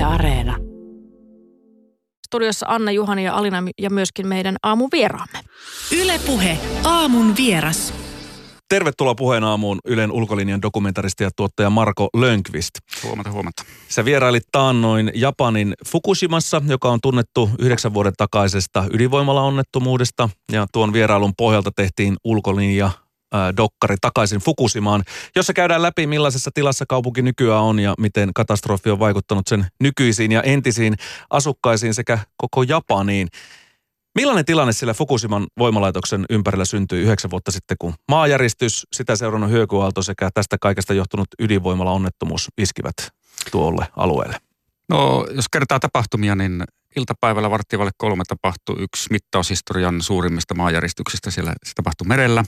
Yle Areena. Studiossa Anna, Juhani ja Alina ja myöskin meidän aamun vieraamme. Yle Puhe, aamun vieras. Tervetuloa Puheen aamuun Ylen ulkolinjan dokumentaristi ja tuottaja Marko Lönnqvist. Huomenta. Sä vierailit taannoin Japanin Fukushimassa, joka on tunnettu 9 vuoden takaisesta ydinvoimalaonnettomuudesta. Ja tuon vierailun pohjalta tehtiin ulkolinja dokkari takaisin Fukushimaan, jossa käydään läpi millaisessa tilassa kaupunki nykyään on ja miten katastrofi on vaikuttanut sen nykyisiin ja entisiin asukkaisiin sekä koko Japaniin. Millainen tilanne sillä Fukushiman voimalaitoksen ympärillä syntyi 9 vuotta sitten, kun maanjäristys, sitä seurannut hyökyaalto sekä tästä kaikesta johtunut ydinvoimalaonnettomuus iskivät tuolle alueelle? No, jos kertaa tapahtumia, niin iltapäivällä 2:45 tapahtui yksi mittaushistorian suurimmista maanjäristyksistä. Siellä se tapahtui merellä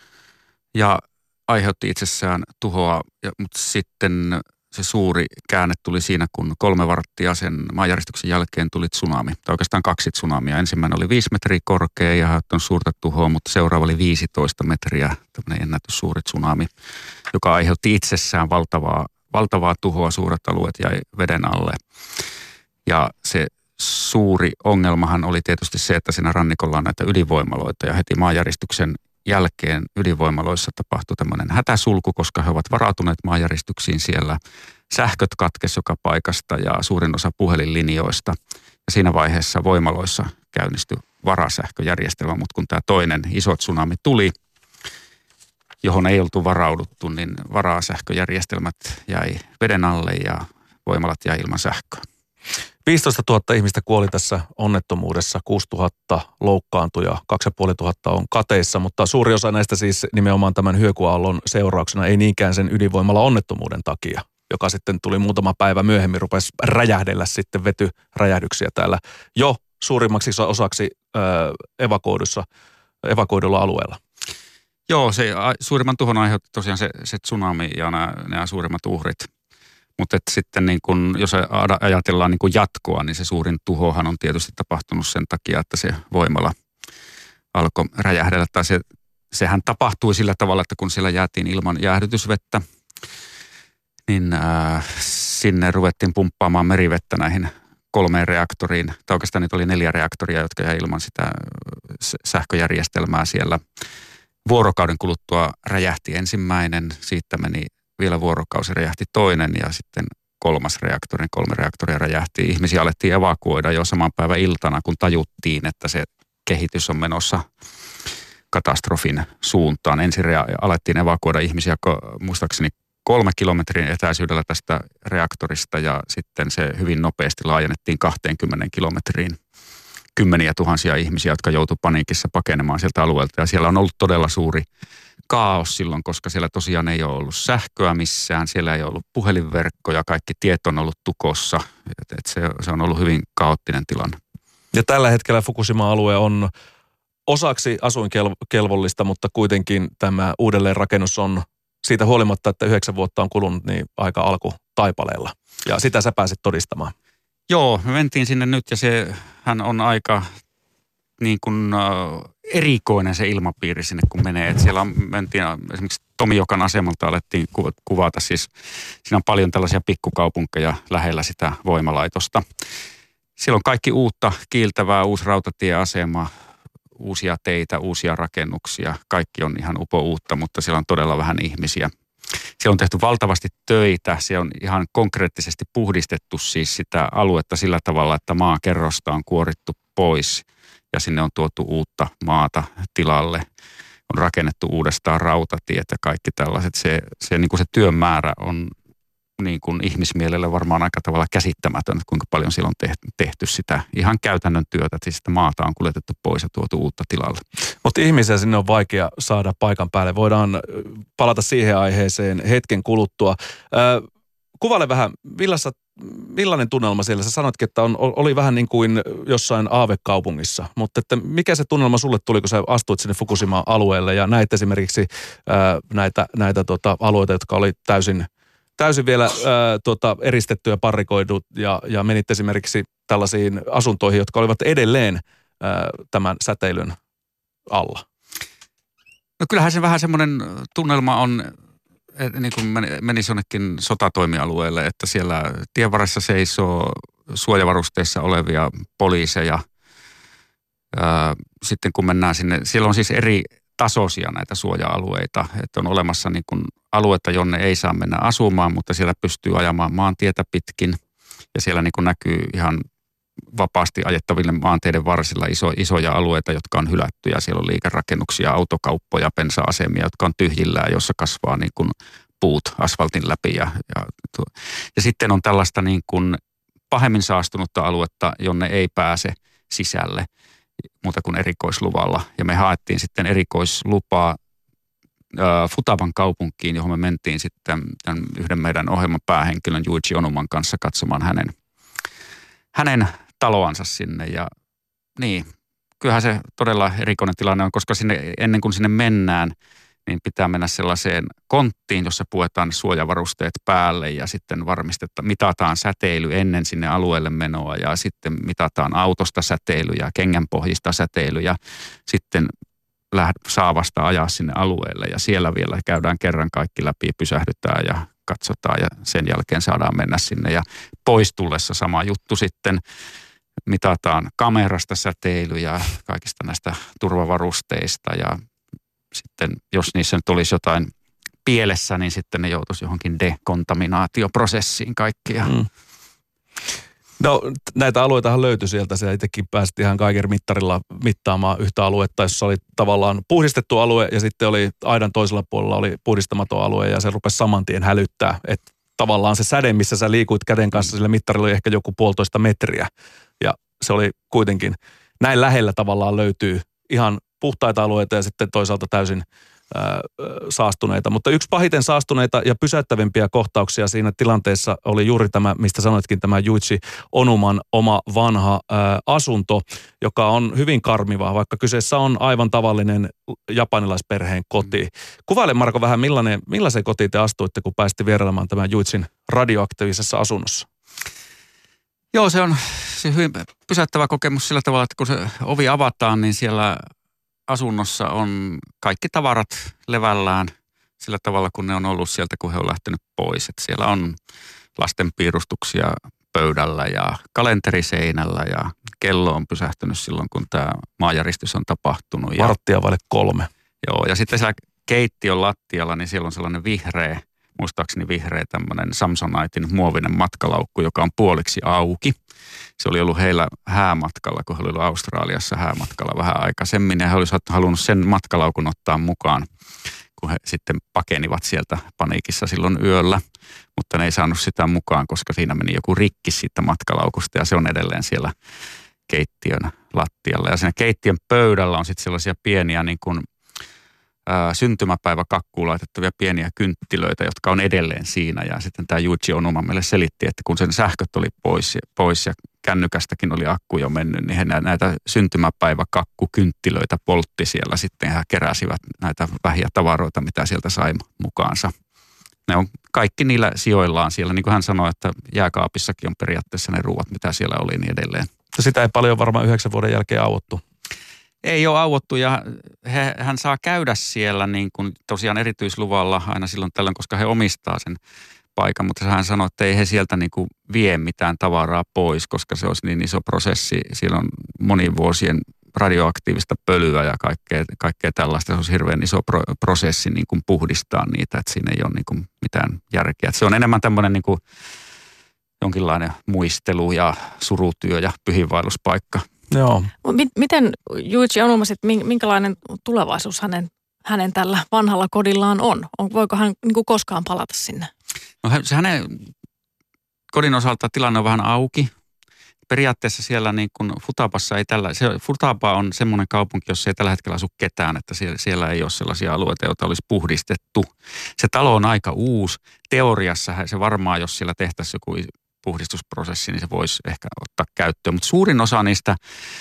ja aiheutti itsessään tuhoa, mutta sitten se suuri käänne tuli siinä, kun 3 varttia sen maanjäristyksen jälkeen tuli tsunami. Tai oikeastaan 2 tsunamia. Ensimmäinen oli 5 metriä korkea ja aiheuttanut suurta tuhoa, mutta seuraava oli 15 metriä, tämmöinen ennätyssuuri tsunami, joka aiheutti itsessään valtavaa tuhoa. Suuret alueet jäi veden alle. Ja se suuri ongelmahan oli tietysti se, että siinä rannikolla on näitä ydinvoimaloita ja heti maanjäristyksen jälkeen ydinvoimaloissa tapahtui tämmöinen hätäsulku, koska he ovat varautuneet maanjäristyksiin siellä. Sähköt katkesi joka paikasta ja suurin osa puhelinlinjoista. Ja siinä vaiheessa voimaloissa käynnistyi varasähköjärjestelmä, mutta kun tämä toinen iso tsunami tuli, johon ei oltu varauduttu, niin varasähköjärjestelmät jäi veden alle ja voimalat jäi ilman sähköä. 15 000 ihmistä kuoli tässä onnettomuudessa, 6 000 loukkaantui ja 2 500 on kateissa, mutta suuri osa näistä siis nimenomaan tämän hyökyaallon seurauksena, ei niinkään sen ydinvoimala-onnettomuuden takia, joka sitten tuli muutama päivä myöhemmin, rupesi räjähdellä sitten vetyräjähdyksiä täällä jo suurimmaksi osaksi evakuoidulla alueella. Joo, se suurimman tuhon aiheutti tosiaan se tsunami ja nämä suurimmat uhrit. Mutta sitten niin kun, jos ajatellaan niin kun jatkoa, niin se suurin tuhohan on tietysti tapahtunut sen takia, että se voimala alkoi räjähdellä. Tai sehän tapahtui sillä tavalla, että kun siellä jäätiin ilman jäähdytysvettä, niin sinne ruvettiin pumppaamaan merivettä näihin 3 reaktoriin. Tai oikeastaan niitä oli 4 reaktoria, jotka jäi ilman sitä sähköjärjestelmää siellä. Vuorokauden kuluttua räjähti ensimmäinen, siitä meni vielä vuorokausi, räjähti toinen ja sitten 3 reaktoria räjähti. Ihmisiä alettiin evakuoida jo saman päivän iltana, kun tajuttiin, että se kehitys on menossa katastrofin suuntaan. Ensin alettiin evakuoida ihmisiä muistaakseni 3 kilometrin etäisyydellä tästä reaktorista ja sitten se hyvin nopeasti laajennettiin 20 kilometriin. Kymmeniä tuhansia ihmisiä, jotka joutuivat paniikissa pakenemaan sieltä alueelta ja siellä on ollut todella suuri kaos silloin, koska siellä tosiaan ei ole ollut sähköä missään, siellä ei ollut puhelinverkkoja, kaikki tiet on ollut tukossa, se on ollut hyvin kaoottinen tilanne. Ja tällä hetkellä Fukushima-alue on osaksi asuinkelvollista, mutta kuitenkin tämä uudelleenrakennus on siitä huolimatta, että 9 vuotta on kulunut, niin aika alkutaipaleella. Ja sitä sä pääsit todistamaan. Joo, me mentiin sinne nyt ja sehän on aika niin kuin erikoinen se ilmapiiri sinne, kun menee. Et siellä mentiin esimerkiksi Tomiokan asemalta alettiin kuvata. Siis siinä on paljon tällaisia pikkukaupunkeja lähellä sitä voimalaitosta. Siellä on kaikki uutta, kiiltävää, uusi rautatieasema, uusia teitä, uusia rakennuksia. Kaikki on ihan upouutta, mutta siellä on todella vähän ihmisiä. Siellä on tehty valtavasti töitä. Siellä on ihan konkreettisesti puhdistettu siis sitä aluetta sillä tavalla, että maakerrosta on kuorittu pois ja sinne on tuotu uutta maata tilalle. On rakennettu uudestaan rautatiet ja kaikki tällaiset. Se työn määrä on niin kuin ihmismielelle varmaan aika tavalla käsittämätön, että kuinka paljon siellä on tehty sitä ihan käytännön työtä, että sitä maata on kuljetettu pois ja tuotu uutta tilalle. Mutta ihmisiä sinne on vaikea saada paikan päälle. Voidaan palata siihen aiheeseen hetken kuluttua. Kuvaile vähän, millainen tunnelma siellä? Sä sanoitkin, että oli vähän niin kuin jossain aavekaupungissa, mutta että mikä se tunnelma sulle tuli, kun sä astuit sinne Fukushima-alueelle ja näit esimerkiksi näitä alueita, jotka oli täysin vielä eristetty ja parrikoidut ja menit esimerkiksi tällaisiin asuntoihin, jotka olivat edelleen tämän säteilyn alla? No kyllähän se vähän semmoinen tunnelma on, niin kuin menisi jonnekin sotatoimialueelle, että siellä tienvarressa seisoo suojavarusteissa olevia poliiseja. Sitten kun mennään sinne, siellä on siis eri tasoisia näitä suoja-alueita, että on olemassa niin kuin aluetta, jonne ei saa mennä asumaan, mutta siellä pystyy ajamaan maantietä pitkin ja siellä niin kuin näkyy ihan vapaasti ajettaville maanteiden varsilla isoja alueita, jotka on hylättyjä. Siellä on liikerakennuksia, autokauppoja, bensa-asemia, jotka on tyhjillään, jossa kasvaa niin kuin puut asfaltin läpi. Ja sitten on tällaista niin kuin pahemmin saastunutta aluetta, jonne ei pääse sisälle muuta kuin erikoisluvalla. Ja me haettiin sitten erikoislupaa Futaban kaupunkiin, johon me mentiin sitten tämän yhden meidän ohjelman päähenkilön Yuichi Onuman kanssa katsomaan hänen taloansa sinne. Ja niin, kyllähän se todella erikoinen tilanne on, koska ennen kuin sinne mennään, niin pitää mennä sellaiseen konttiin, jossa puetaan suojavarusteet päälle ja sitten mitataan säteily ennen sinne alueelle menoa ja sitten mitataan autosta säteily ja kengänpohjista säteily ja sitten saa vasta ajaa sinne alueelle ja siellä vielä käydään kerran kaikki läpi, pysähdytään ja katsotaan ja sen jälkeen saadaan mennä sinne ja pois tullessa sama juttu sitten. Mitataan kamerasta säteily ja kaikista näistä turvavarusteista ja sitten jos niissä nyt olisi jotain pielessä, niin sitten ne joutuisi johonkin dekontaminaatioprosessiin kaikkia. No näitä alueitahan löytyi sieltä. Sä itsekin pääsit ihan Geiger-mittarilla mittaamaan yhtä aluetta, jossa oli tavallaan puhdistettu alue ja sitten oli aidan toisella puolella oli puhdistamaton alue ja se rupesi saman tien hälyttää. Että tavallaan se säde, missä sä liikuit käden kanssa, sillä mittarilla oli ehkä joku 1,5 metriä. Ja se oli kuitenkin näin lähellä tavallaan löytyy ihan puhtaita alueita ja sitten toisaalta täysin saastuneita. Mutta yksi pahiten saastuneita ja pysäyttävimpiä kohtauksia siinä tilanteessa oli juuri tämä, mistä sanoitkin, tämä Yuichi Onuman oma vanha asunto, joka on hyvin karmiva, vaikka kyseessä on aivan tavallinen japanilaisperheen koti. Kuvaile Marko vähän, millaiseen kotiin te astuitte, kun pääsitte vierailemaan tämän Yuichin radioaktiivisessa asunnossa? Joo, se on hyvin pysäyttävä kokemus sillä tavalla, että kun se ovi avataan, niin siellä asunnossa on kaikki tavarat levällään sillä tavalla, kun ne on ollut sieltä, kun he on lähtenyt pois. Että siellä on lasten piirustuksia pöydällä ja kalenteriseinällä ja kello on pysähtynyt silloin, kun tämä maanjäristys on tapahtunut. 2:45. Joo, ja sitten siellä keittiön lattialla, niin siellä on sellainen muistaakseni vihreä tämmöinen Samsonitein muovinen matkalaukku, joka on puoliksi auki. Se oli ollut heillä häämatkalla, kun he olivat Australiassa häämatkalla vähän aikaisemmin. Ja he olisivat halunnut sen matkalaukun ottaa mukaan, kun he sitten pakenivat sieltä paniikissa silloin yöllä. Mutta ne ei saanut sitä mukaan, koska siinä meni joku rikki siitä matkalaukusta ja se on edelleen siellä keittiön lattialla. Ja siinä keittiön pöydällä on sitten sellaisia pieniä niin kuin syntymäpäiväkakkuun laitettavia pieniä kynttilöitä, jotka on edelleen siinä. Ja sitten tämä Yuichi Onuma meille selitti, että kun sen sähköt oli pois ja kännykästäkin oli akku jo mennyt, niin he näitä syntymäpäiväkakkukynttilöitä poltti siellä sitten ja keräsivät näitä vähiä tavaroita, mitä sieltä sai mukaansa. Ne on kaikki niillä sijoillaan siellä. Niin kuin hän sanoi, että jääkaapissakin on periaatteessa ne ruuat, mitä siellä oli, niin edelleen. Sitä ei paljon varmaan 9 vuoden jälkeen auottu. Ei ole auottu ja hän saa käydä siellä niin kuin tosiaan erityisluvalla aina silloin tällöin, koska he omistaa sen paikan. Mutta hän sanoi, että ei he sieltä niin kuin vie mitään tavaraa pois, koska se olisi niin iso prosessi. Siellä on monien vuosien radioaktiivista pölyä ja kaikkea tällaista. Se olisi hirveän iso prosessi niin kuin puhdistaa niitä, että siinä ei ole niin kuin mitään järkeä. Että se on enemmän tämmöinen niin kuin jonkinlainen muistelu ja surutyö ja pyhinvaelluspaikka. Joo. Miten Yuichi Onuma sitten, minkälainen tulevaisuus hänen tällä vanhalla kodillaan on? Voiko hän niin kuin koskaan palata sinne? No hänen kodin osalta tilanne on vähän auki. Periaatteessa siellä niin kuin Futabassa ei Futaba on semmoinen kaupunki, jossa ei tällä hetkellä asu ketään, että siellä ei ole sellaisia alueita, joita olisi puhdistettu. Se talo on aika uusi. Teoriassa se varmaan, jos siellä tehtäisiin joku puhdistusprosessi, niin se voisi ehkä ottaa käyttöön. Mutta suurin osa näistä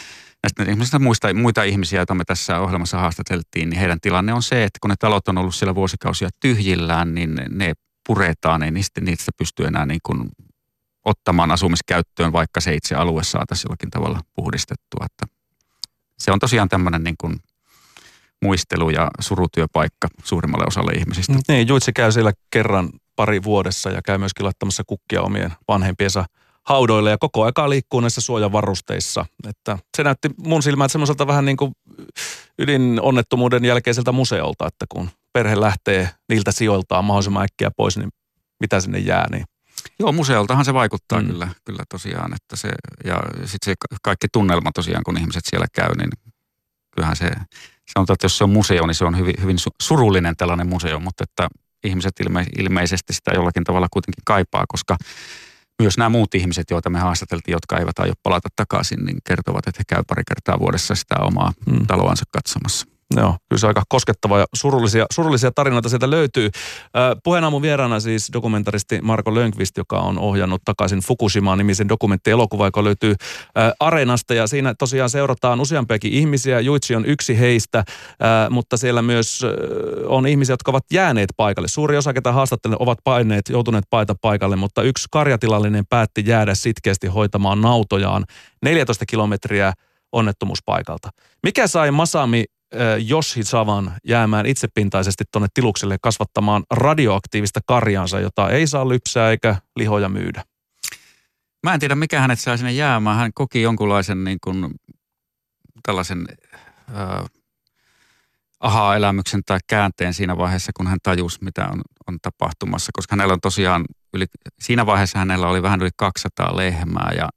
muita ihmisiä, joita me tässä ohjelmassa haastateltiin, niin heidän tilanne on se, että kun ne talot on ollut siellä vuosikausia tyhjillään, niin ne puretaan, niin niistä pystyy enää niin kuin ottamaan asumiskäyttöön, vaikka se itse alue saataisiin jollakin tavalla puhdistettua. Että se on tosiaan tämmöinen niin kuin muistelu- ja surutyöpaikka suurimmalle osalle ihmisistä. Niin, Juitsi käy siellä kerran pari vuodessa ja käy myöskin laittamassa kukkia omien vanhempiensa haudoille ja koko aikaa liikkuu näissä suojavarusteissa. Että se näytti mun silmään semmoiselta vähän niin kuin ydinonnettomuuden jälkeiseltä museolta, että kun perhe lähtee niiltä sijoiltaan mahdollisimman äkkiä pois, niin mitä sinne jää, niin Joo, museoltahan se vaikuttaa kyllä tosiaan, että se, ja sitten se kaikki tunnelma tosiaan, kun ihmiset siellä käy, niin kyllähän se sanotaan, että jos se on museo, niin se on hyvin, hyvin surullinen tällainen museo, mutta että ihmiset ilmeisesti sitä jollakin tavalla kuitenkin kaipaa, koska myös nämä muut ihmiset, joita me haastateltiin, jotka eivät aio palata takaisin, niin kertovat, että he käy pari kertaa vuodessa sitä omaa taloansa katsomassa. Joo, kyllä se aika koskettava ja surullisia tarinoita sieltä löytyy. Puheenaamun vieraana siis dokumentaristi Marko Lönnqvist, joka on ohjannut Takaisin Fukushimaan -nimisen dokumenttielokuva, joka löytyy Areenasta. Ja siinä tosiaan seurataan useampiakin ihmisiä. Juitsi on yksi heistä, mutta siellä myös on ihmisiä, jotka ovat jääneet paikalle. Suuri osa, ketä haastattelen, ovat joutuneet paita paikalle, mutta yksi karjatilallinen päätti jäädä sitkeästi hoitamaan nautojaan 14 kilometriä onnettomuuspaikalta. Mikä sai Masami Yoshizawan jäämään itsepintaisesti tuonne tilukselle kasvattamaan radioaktiivista karjaansa, jota ei saa lypsää eikä lihoja myydä? Mä en tiedä, mikä hänet sai sinne jäämään. Hän koki jonkunlaisen niin kuin tällaisen aha-elämyksen tai käänteen siinä vaiheessa, kun hän tajusi, mitä on tapahtumassa. Koska hänellä on tosiaan, siinä vaiheessa hänellä oli vähän yli 200 lehmää ja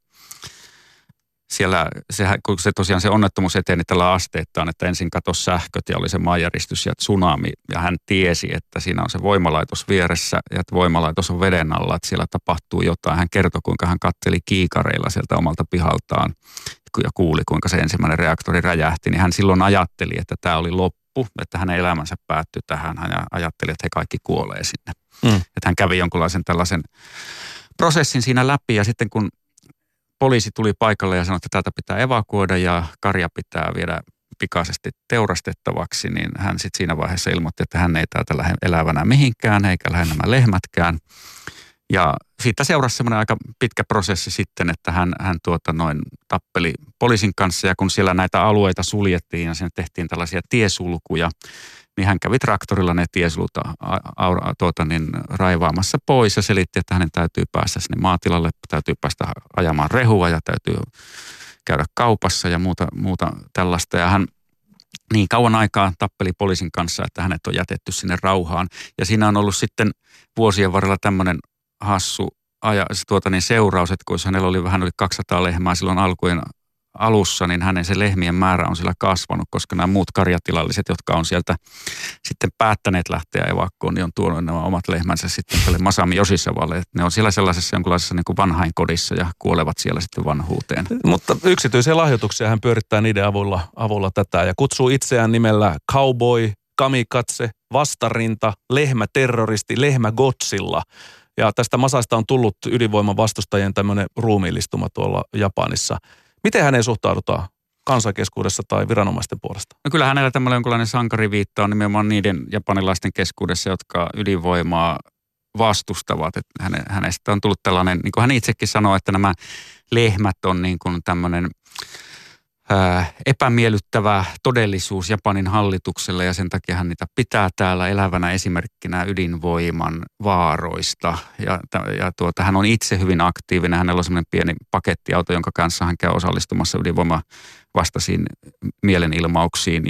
siellä kun se onnettomuus eteni tällä asteittain, että ensin katosi sähköt ja oli se maanjäristys ja tsunami. Ja hän tiesi, että siinä on se voimalaitos vieressä ja että voimalaitos on veden alla, että siellä tapahtuu jotain. Hän kertoi, kuinka hän katseli kiikareilla sieltä omalta pihaltaan ja kuuli, kuinka se ensimmäinen reaktori räjähti. Niin hän silloin ajatteli, että tämä oli loppu, että hänen elämänsä päättyi tähän. Hän ajatteli, että he kaikki kuolee sinne. Että hän kävi jonkunlaisen tällaisen prosessin siinä läpi ja sitten kun poliisi tuli paikalle ja sanoi, että täältä pitää evakuoida ja karja pitää viedä pikaisesti teurastettavaksi, niin hän sitten siinä vaiheessa ilmoitti, että hän ei täältä lähde elävänä mihinkään, eikä lähde nämä lehmätkään. Ja siitä seurasi semmoinen aika pitkä prosessi sitten, että hän tappeli poliisin kanssa ja kun siellä näitä alueita suljettiin ja sen tehtiin tällaisia tiesulkuja, niin hän kävi traktorilla ne tiesulut raivaamassa pois ja selitti, että hänen täytyy päästä sinne maatilalle, täytyy päästä ajamaan rehua ja täytyy käydä kaupassa ja muuta tällaista. Ja hän niin kauan aikaa tappeli poliisin kanssa, että hänet on jätetty sinne rauhaan. Ja siinä on ollut sitten vuosien varrella tämmöinen hassu seuraus, että kun hänellä oli vähän yli 200 lehmää silloin alkujen alussa, niin hänen se lehmien määrä on siellä kasvanut, koska nämä muut karjatilalliset, jotka on sieltä sitten päättäneet lähteä evakkoon, niin on tuonut nämä omat lehmänsä sitten tälle Masami Yoshizawalle. Että ne on siellä sellaisessa jonkinlaisessa niin kuin vanhainkodissa ja kuolevat siellä sitten vanhuuteen. Mutta yksityisiä lahjoituksia hän pyörittää niiden avulla tätä ja kutsuu itseään nimellä cowboy, kamikatse, vastarinta, lehmäterroristi, lehmägodzilla. Ja tästä Masasta on tullut ydinvoiman vastustajien tämmöinen ruumiillistuma tuolla Japanissa. Miten häneen suhtaudutaan kansankeskuudessa tai viranomaisten puolesta? No kyllä hänellä tämmöinen jonkinlainen sankariviitta on nimenomaan niiden japanilaisten keskuudessa, jotka ydinvoimaa vastustavat. Että hänestä on tullut tällainen, niin kuin hän itsekin sanoo, että nämä lehmät on niin kuin tämmöinen epämiellyttävä todellisuus Japanin hallitukselle ja sen takia hän niitä pitää täällä elävänä esimerkkinä ydinvoiman vaaroista. Ja hän on itse hyvin aktiivinen. Hänellä on semmoinen pieni pakettiauto, jonka kanssa hän käy osallistumassa ydinvoimavastaisiin mielenilmauksiin.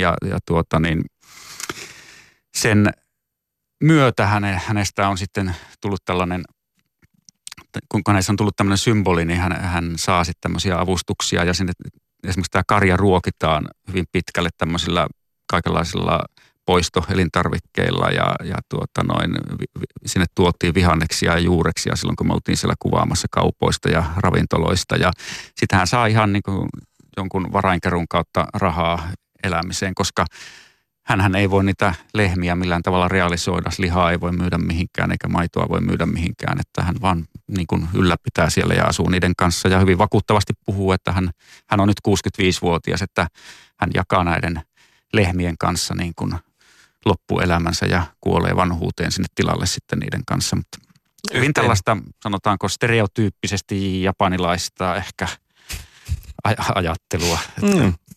Sen myötä hänestä on sitten tullut tällainen, kun hänessä on tullut tämmöinen symboli, niin hän saa sitten tämmöisiä avustuksia ja sinne esimerkiksi tämä karja ruokitaan hyvin pitkälle tämmöisillä kaikenlaisilla poistoelintarvikkeilla ja sinne tuotiin vihanneksia ja juureksia silloin, kun me oltiin siellä kuvaamassa kaupoista ja ravintoloista. Ja sitten hän saa ihan niin kuin jonkun varainkerun kautta rahaa elämiseen, koska hänhän ei voi niitä lehmiä millään tavalla realisoida. Lihaa ei voi myydä mihinkään eikä maitoa voi myydä mihinkään, että hän vaan niin kuin ylläpitää siellä ja asuu niiden kanssa ja hyvin vakuuttavasti puhuu, että hän on nyt 65-vuotias, että hän jakaa näiden lehmien kanssa niin kuin loppuelämänsä ja kuolee vanhuuteen sinne tilalle sitten niiden kanssa. Mutta hyvin tällaista, sanotaanko stereotyyppisesti japanilaista ehkä ajattelua.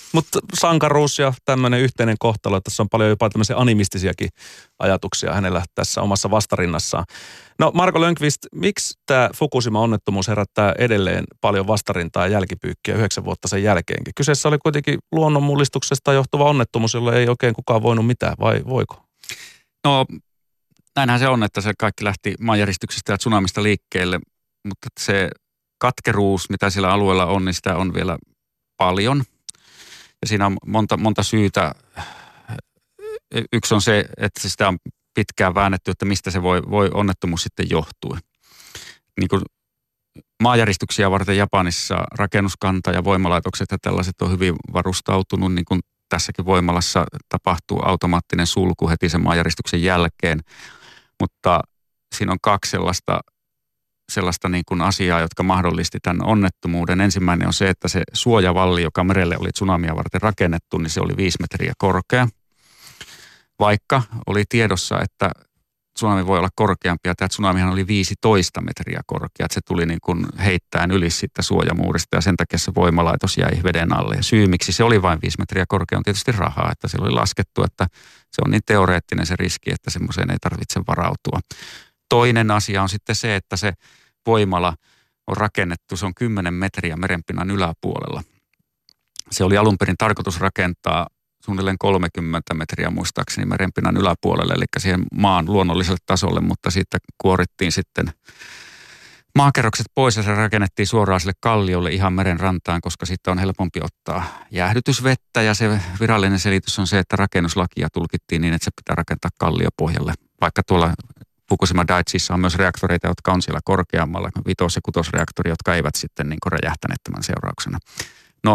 Mutta sankaruus ja tämmöinen yhteinen kohtalo, että tässä on paljon jopa tämmöisiä animistisiakin ajatuksia hänellä tässä omassa vastarinnassaan. No Marko Lönnqvist, miksi tämä Fukushima-onnettomuus herättää edelleen paljon vastarintaa ja jälkipyykkiä 9 vuotta sen jälkeenkin? Kyseessä oli kuitenkin luonnonmullistuksesta johtuva onnettomuus, jolle ei oikein kukaan voinut mitään, vai voiko? No näinhän se on, että se kaikki lähti maanjäristyksestä ja tsunamista liikkeelle, mutta se katkeruus, mitä siellä alueella on, niin sitä on vielä paljon. Ja siinä on monta syytä. Yksi on se, että sitä on pitkään väännetty, että mistä se voi onnettomuus sitten johtua. Niin kuin maanjäristyksiä varten Japanissa rakennuskanta ja voimalaitokset ja tällaiset on hyvin varustautunut, niin kuin tässäkin voimalassa tapahtuu automaattinen sulku heti sen maanjäristyksen jälkeen. Mutta siinä on kaksi sellaista niin kuin asiaa, jotka mahdollisti tämän onnettomuuden. Ensimmäinen on se, että se suojavalli, joka merelle oli tsunamia varten rakennettu, niin se oli 5 metriä korkea. Vaikka oli tiedossa, että tsunami voi olla korkeampi, ja tämä tsunamihan oli 15 metriä korkea, että se tuli niin kuin heittäen yli sitten suojamuurista, ja sen takia se voimalaitos jäi veden alle. Ja syy, miksi se oli vain 5 metriä korkea, on tietysti rahaa, että siellä oli laskettu, että se on niin teoreettinen se riski, että semmoiseen ei tarvitse varautua. Toinen asia on sitten se, että se voimala on rakennettu, se on 10 metriä merenpinnan yläpuolella. Se oli alun perin tarkoitus rakentaa suunnilleen 30 metriä muistaakseni merenpinnan yläpuolelle, eli siihen maan luonnolliselle tasolle, mutta siitä kuorittiin sitten maakerrokset pois ja se rakennettiin suoraan sille kalliolle ihan meren rantaan, koska siitä on helpompi ottaa jäähdytysvettä ja se virallinen selitys on se, että rakennuslakia tulkittiin niin, että se pitää rakentaa kalliopohjalle, vaikka tuolla Fukushima Daiichissa on myös reaktoreita, jotka on siellä korkeammalla, 5- ja 6-reaktori, jotka eivät sitten niin kuin räjähtäneet tämän seurauksena. No,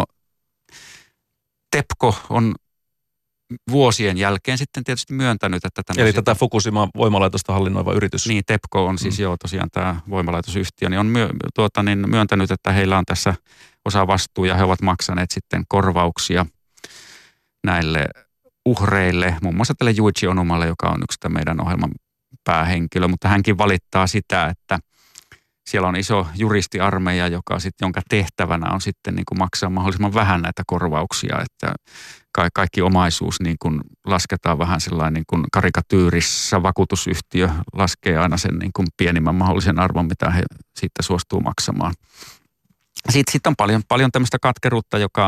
TEPCO on vuosien jälkeen sitten tietysti myöntänyt, että Eli tätä Fukushima-voimalaitosta hallinnoiva yritys. Niin, TEPCO on siis tosiaan tämä voimalaitosyhtiö, niin on myöntänyt, että heillä on tässä osa vastuu ja he ovat maksaneet sitten korvauksia näille uhreille, muun muassa tälle Yuichi Onumalle, joka on yksi meidän ohjelman päähenkilö, mutta hänkin valittaa sitä, että siellä on iso juristiarmeija, jonka tehtävänä on sitten niin kuin maksaa mahdollisimman vähän näitä korvauksia, että kaikki omaisuus niin kuin lasketaan vähän sellainen niin kuin karikatyyrissä. Vakuutusyhtiö laskee aina sen niin kuin pienimmän mahdollisen arvon, mitä he siitä suostuu maksamaan. Sitten on paljon tämmöistä katkeruutta, joka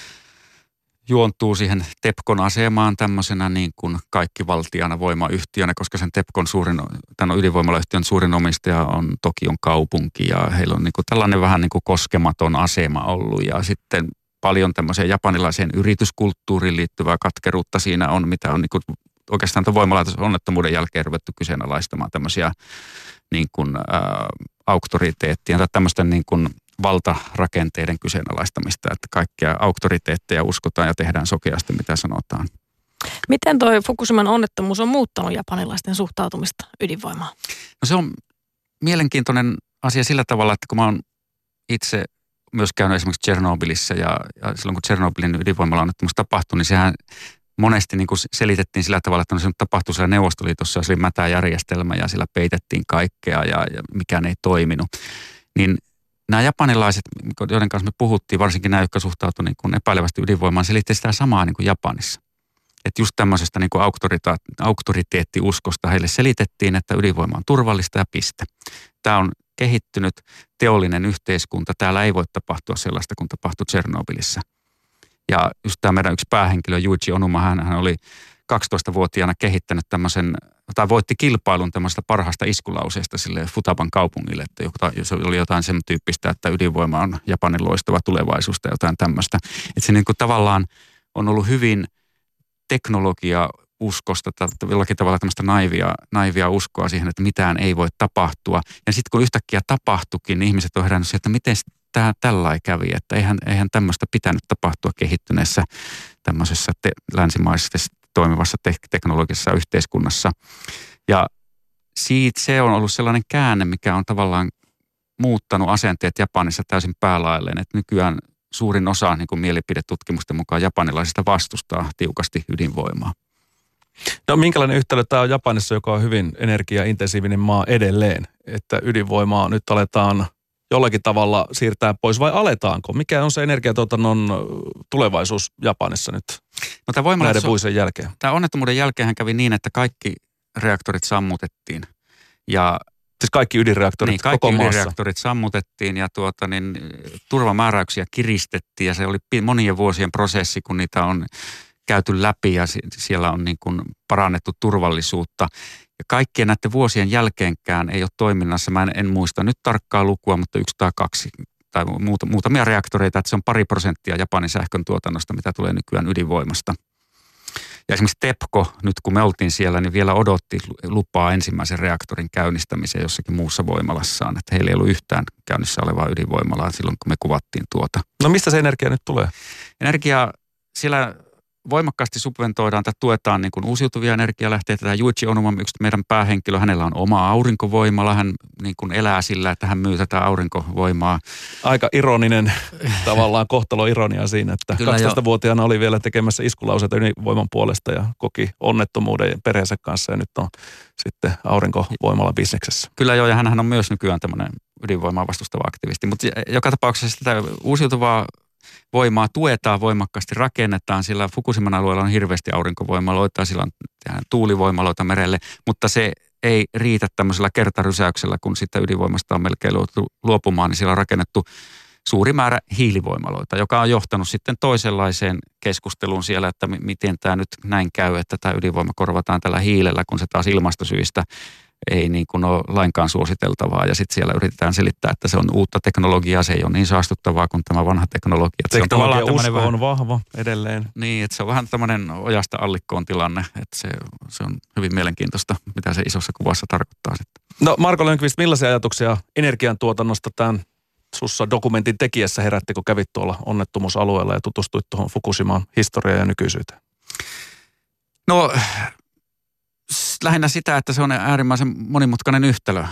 juontuu siihen TEPCOn asemaan tämmöisenä niin kuin kaikkivaltiana voimayhtiönä, koska sen TEPCOn tämän ydinvoimalayhtiön suurin omistaja on Tokion kaupunki ja heillä on niin kuin tällainen vähän niin kuin koskematon asema ollut ja sitten paljon tämmöiseen japanilaiseen yrityskulttuuriin liittyvää katkeruutta siinä on, mitä on niin kuin oikeastaan tämän voimalaitosonnettomuuden jälkeen ruvettu kyseenalaistamaan tämmöisiä niin kuin auktoriteettien tai tämmöisten niin kuin valtarakenteiden kyseenalaistamista, että kaikkia auktoriteetteja uskotaan ja tehdään sokeasti, mitä sanotaan. Miten toi Fukushiman onnettomuus on muuttanut japanilaisten suhtautumista ydinvoimaan? No se on mielenkiintoinen asia sillä tavalla, että kun mä oon itse myös käynyt esimerkiksi Tšernobylissa ja silloin kun Tšernobylin ydinvoimala-onnettomuus tapahtui, niin sehän monesti niin kuin selitettiin sillä tavalla, että se tapahtui siellä Neuvostoliitossa ja se oli mätä järjestelmä ja siellä peitettiin kaikkea ja mikään ei toiminut. Niin nämä japanilaiset, joiden kanssa me puhuttiin, varsinkin nämä, jotka suhtautuivat niin kuin epäilevästi ydinvoimaan, selitti sitä samaa niin kuin Japanissa. Että just tämmöisestä niin kuin auktoriteettiuskosta heille selitettiin, että ydinvoima on turvallista ja piste. Tämä on kehittynyt teollinen yhteiskunta. Täällä ei voi tapahtua sellaista, kun tapahtui Tšernobylissä. Ja just tämä meidän yksi päähenkilö, Yuichi Onuma, hän oli 12-vuotiaana kehittänyt tai voitti kilpailun tämmöistä parhaasta iskulauseesta sille Futaban kaupungille, että se oli jotain sen tyyppistä, että ydinvoima on Japanin loistava tulevaisuus tai jotain tämmöistä. Että se niin kuin tavallaan on ollut hyvin teknologiauskosta tai jollakin tavalla tämmöistä naivia uskoa siihen, että mitään ei voi tapahtua. Ja sitten kun yhtäkkiä tapahtuikin, niin ihmiset on herännyt siihen, että miten tämä tällainen kävi, että eihän tämmöistä pitänyt tapahtua kehittyneessä tämmöisessä länsimaisesti toimivassa teknologisessa yhteiskunnassa. Ja se on ollut sellainen käänne, mikä on tavallaan muuttanut asenteet Japanissa täysin päälailleen, että nykyään suurin osa niin kuin mielipidetutkimusten mukaan japanilaisista vastustaa tiukasti ydinvoimaa. No minkälainen yhtälö tämä on Japanissa, joka on hyvin energiaintensiivinen maa edelleen, että ydinvoimaa nyt aletaan jollakin tavalla siirtää pois vai aletaanko? Mikä on se energiatuotannon tulevaisuus Japanissa nyt näiden vuosien jälkeen? Tämä onnettomuuden jälkeen kävi niin, että kaikki reaktorit sammutettiin. Ja siis kaikki ydinreaktorit koko maassa? Kaikki ydinreaktorit sammutettiin ja turvamääräyksiä kiristettiin ja se oli monien vuosien prosessi, kun niitä on käyty läpi ja siellä on niin kuin parannettu turvallisuutta. Ja kaikkien näiden vuosien jälkeenkään ei ole toiminnassa, mä en muista nyt tarkkaa lukua, mutta 1 tai 2 tai muutamia reaktoreita, että se on 2% Japanin sähkön tuotannosta, mitä tulee nykyään ydinvoimasta. Ja esimerkiksi TEPCO, nyt kun me oltiin siellä, niin vielä odotti lupaa ensimmäisen reaktorin käynnistämiseen jossakin muussa voimalassaan. Että heillä ei ollut yhtään käynnissä olevaa ydinvoimalaa silloin, kun me kuvattiin tuota. No mistä se energia nyt tulee? Energia siellä voimakkaasti subventoidaan tai tuetaan niin kuin uusiutuvia energialähteitä. Tämä Yuichi Onuma, yksi meidän päähenkilö, hänellä on oma aurinkovoimala. Hän niin kuin elää sillä, että hän myy tätä aurinkovoimaa. Aika ironinen tavallaan kohtaloironia siinä, että 12-vuotiaana oli vielä tekemässä iskulauseita ydinvoiman puolesta ja koki onnettomuuden perheensä kanssa ja nyt on sitten aurinkovoimalla bisneksessä. Kyllä joo, ja hänhän on myös nykyään tämmöinen ydinvoimaa vastustava aktivisti, mutta joka tapauksessa sitä uusiutuvaa voimaa tuetaan voimakkaasti, rakennetaan, sillä Fukushiman alueella on hirveästi aurinkovoimaloita, sillä on tuulivoimaloita merelle, mutta se ei riitä tämmöisellä kertarysäyksellä, kun sitten ydinvoimasta on melkein luopumaan, niin siellä on rakennettu suuri määrä hiilivoimaloita, joka on johtanut sitten toisenlaiseen keskusteluun siellä, että miten tämä nyt näin käy, että tämä ydinvoima korvataan tällä hiilellä, kun se taas ilmastosyistä ei niin kuin ole lainkaan suositeltavaa. Ja sitten siellä yritetään selittää, että se on uutta teknologiaa, se ei ole niin saastuttavaa kuin tämä vanha teknologia. Teknologia usko on vahva edelleen. Niin, että se on vähän tämmöinen ojasta allikkoon tilanne, että se on hyvin mielenkiintoista, mitä se isossa kuvassa tarkoittaa sitten. No Marko Lönnqvist, millaisia ajatuksia energiantuotannosta tämän sussa dokumentin tekijässä herätti, kun kävit tuolla onnettomuusalueella ja tutustuit tuohon Fukushimaan historiaan ja nykyisyyteen? No lähinnä sitä, että se on äärimmäisen monimutkainen yhtälö.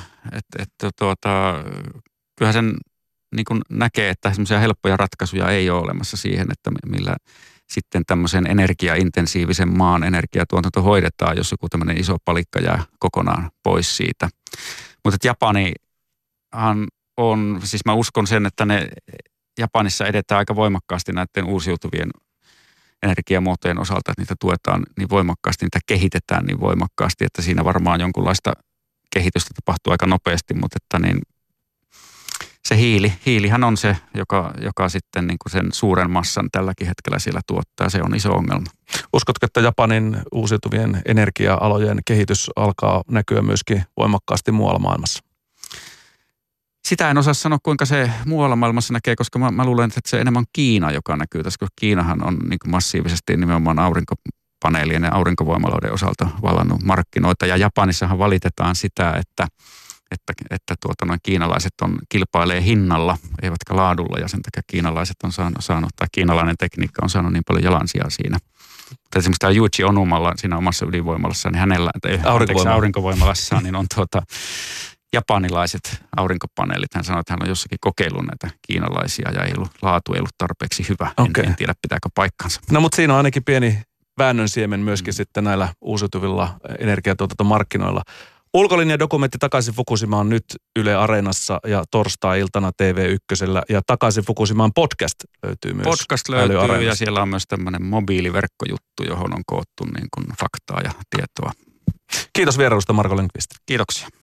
Kyllähän sen niin kuin näkee, että semmoisia helppoja ratkaisuja ei ole olemassa siihen, että millä sitten tämmöisen energiaintensiivisen maan energiatuotanto hoidetaan, jos joku tämmöinen iso palikka jää kokonaan pois siitä. Mutta Japanihan on, siis mä uskon sen, että Japanissa edetään aika voimakkaasti näiden uusiutuvien energiamuotojen osalta, että niitä tuetaan niin voimakkaasti, niitä kehitetään niin voimakkaasti, että siinä varmaan jonkunlaista kehitystä tapahtuu aika nopeasti, mutta että niin se hiilihän on se, joka sitten niin kuin sen suuren massan tälläkin hetkellä siellä tuottaa. Se on iso ongelma. Uskotko, että Japanin uusiutuvien energia-alojen kehitys alkaa näkyä myöskin voimakkaasti muualla maailmassa? Sitä en osaa sanoa, kuinka se muualla maailmassa näkee, koska mä luulen, että se enemmän Kiina, joka näkyy tässä, koska Kiinahan on niin kuin massiivisesti nimenomaan aurinkopaneelien ja aurinkovoimaloiden osalta vallannut markkinoita. Ja Japanissahan valitetaan sitä, että kiinalaiset kilpailee hinnalla, eivätkä laadulla, ja sen takia kiinalaiset on saanut tai kiinalainen tekniikka on saanut niin paljon jalansijaa siinä. Esimerkiksi tämä Yuichi Onumalla siinä omassa ydinvoimalassaan, niin hänellä, aurinkovoimalassaan, niin on japanilaiset aurinkopaneelit. Hän sanoi, että hän on jossakin kokeillut näitä kiinalaisia ja laatu ei ollut tarpeeksi hyvä. Okay. En tiedä, pitääkö paikkansa. No mutta siinä on ainakin pieni väännön siemen myöskin sitten näillä uusiutuvilla energiatuotantomarkkinoilla. Ulkolinjadokumentti Takaisin Fukushimaan nyt Yle Areenassa ja torstai-iltana TV1 ja Takaisin Fukushimaan podcast löytyy myös. Podcast löytyy ja siellä on myös tämmöinen mobiiliverkkojuttu, johon on koottu niin kuin faktaa ja tietoa. Kiitos vierailusta Marko Lönnqvist. Kiitoksia.